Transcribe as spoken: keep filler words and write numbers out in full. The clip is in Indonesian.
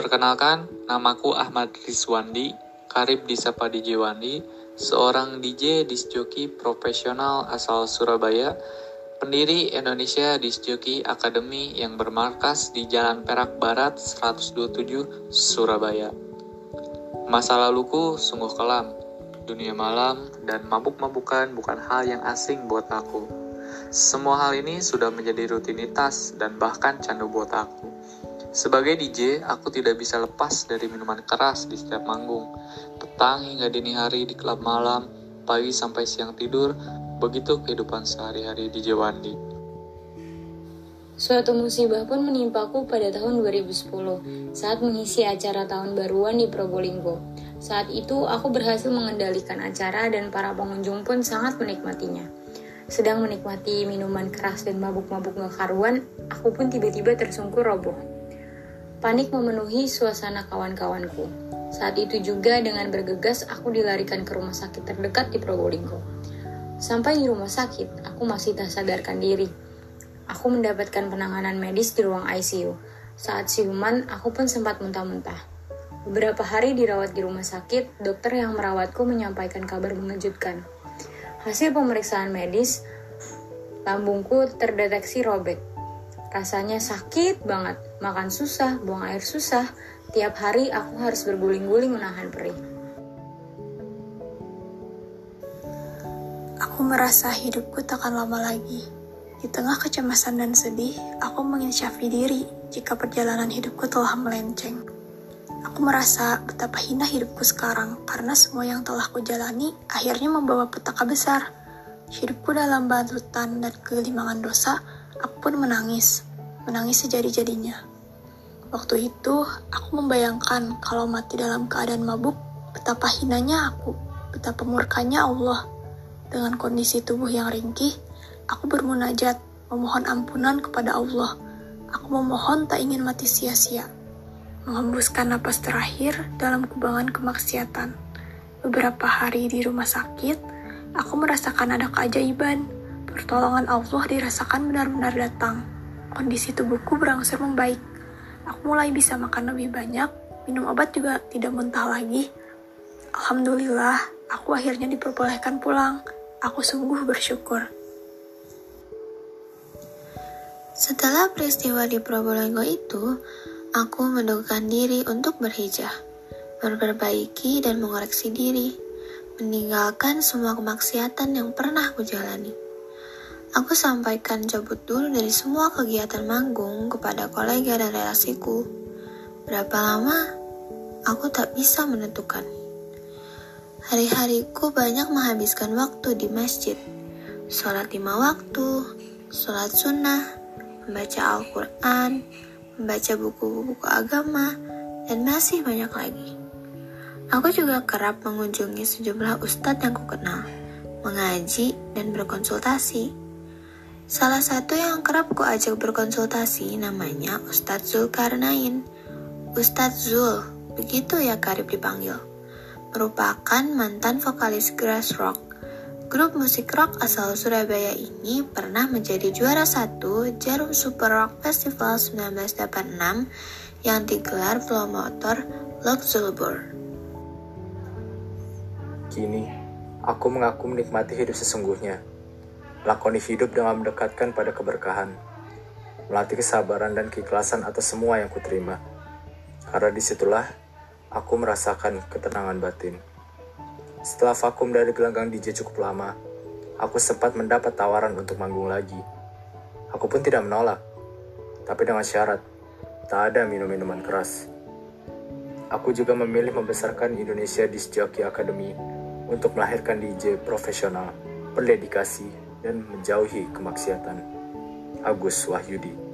Perkenalkan, namaku Ahmad Rizwandi, karib disapa D J Wandi, seorang D J disc jockey profesional asal Surabaya, pendiri Indonesia Disc Jockey Academy yang bermarkas di Jalan Perak Barat seratus dua puluh tujuh, Surabaya. Masa laluku sungguh kelam, dunia malam dan mabuk-mabukan bukan hal yang asing buat aku. Semua hal ini sudah menjadi rutinitas dan bahkan candu buat aku. Sebagai D J, aku tidak bisa lepas dari minuman keras di setiap manggung. Petang hingga dini hari di klub malam, pagi sampai siang tidur, begitu kehidupan sehari-hari D J Wandi. Suatu musibah pun menimpaku pada tahun dua ribu sepuluh saat mengisi acara tahun baruan di Probolinggo. Saat itu aku berhasil mengendalikan acara dan para pengunjung pun sangat menikmatinya. Sedang menikmati minuman keras dan mabuk-mabuk gak karuan, aku pun tiba-tiba tersungkur roboh. Panik memenuhi suasana kawan-kawanku. Saat itu juga dengan bergegas aku dilarikan ke rumah sakit terdekat di Probolinggo. Sampai di rumah sakit, aku masih tak sadarkan diri. Aku mendapatkan penanganan medis di ruang I C U. Saat siuman, aku pun sempat muntah-muntah. Beberapa hari dirawat di rumah sakit, dokter yang merawatku menyampaikan kabar mengejutkan. Hasil pemeriksaan medis, lambungku terdeteksi robek. Rasanya sakit banget, makan susah, buang air susah. Tiap hari aku harus berguling-guling menahan perih. Aku merasa hidupku takkan lama lagi. Di tengah kecemasan dan sedih, aku menginsyafi diri jika perjalanan hidupku telah melenceng. Aku merasa betapa hina hidupku sekarang karena semua yang telah kujalani akhirnya membawa petaka besar. Hidupku dalam balutan dan kegelimangan dosa, aku pun menangis, menangis sejadi-jadinya. Waktu itu, aku membayangkan kalau mati dalam keadaan mabuk, betapa hinanya aku, betapa murkanya Allah. Dengan kondisi tubuh yang ringkih, aku bermunajat, memohon ampunan kepada Allah. Aku memohon tak ingin mati sia-sia. Menghembuskan napas terakhir dalam kubangan kemaksiatan. Beberapa hari di rumah sakit, aku merasakan ada keajaiban. Pertolongan Allah dirasakan benar-benar datang. Kondisi tubuhku berangsur membaik. Aku mulai bisa makan lebih banyak, minum obat juga tidak muntah lagi. Alhamdulillah, aku akhirnya diperbolehkan pulang. Aku sungguh bersyukur. Setelah peristiwa di Probolinggo itu, aku mendugakan diri untuk berhijrah, memperbaiki dan mengoreksi diri, meninggalkan semua kemaksiatan yang pernah kujalani. Aku sampaikan cabut dulu dari semua kegiatan manggung kepada kolega dan relasiku. Berapa lama? Aku tak bisa menentukan. Hari-hariku banyak menghabiskan waktu di masjid, sholat lima waktu, sholat sunnah, membaca Al-Quran, membaca buku-buku agama, dan masih banyak lagi. Aku juga kerap mengunjungi sejumlah ustadz yang kukenal, mengaji dan berkonsultasi. Salah satu yang kerap kuajak berkonsultasi namanya Ustadz Zulkarnain. Ustadz Zul, begitu ya karib dipanggil. Merupakan mantan vokalis Grass Rock. Grup musik rock asal Surabaya ini pernah menjadi juara satu Jarum Super Rock Festival seribu sembilan ratus delapan puluh enam yang digelar promotor Luxembourg. Kini, aku mengaku menikmati hidup sesungguhnya. Lakoni hidup dengan mendekatkan pada keberkahan. Melatih kesabaran dan keikhlasan atas semua yang kuterima. Karena disitulah, aku merasakan ketenangan batin. Setelah vakum dari gelanggang D J cukup lama, aku sempat mendapat tawaran untuk manggung lagi. Aku pun tidak menolak, tapi dengan syarat, tak ada minum-minuman keras. Aku juga memilih membesarkan Indonesia Disc Jockey Academy untuk melahirkan D J profesional, berdedikasi, dan menjauhi kemaksiatan. Agus Wahyudi.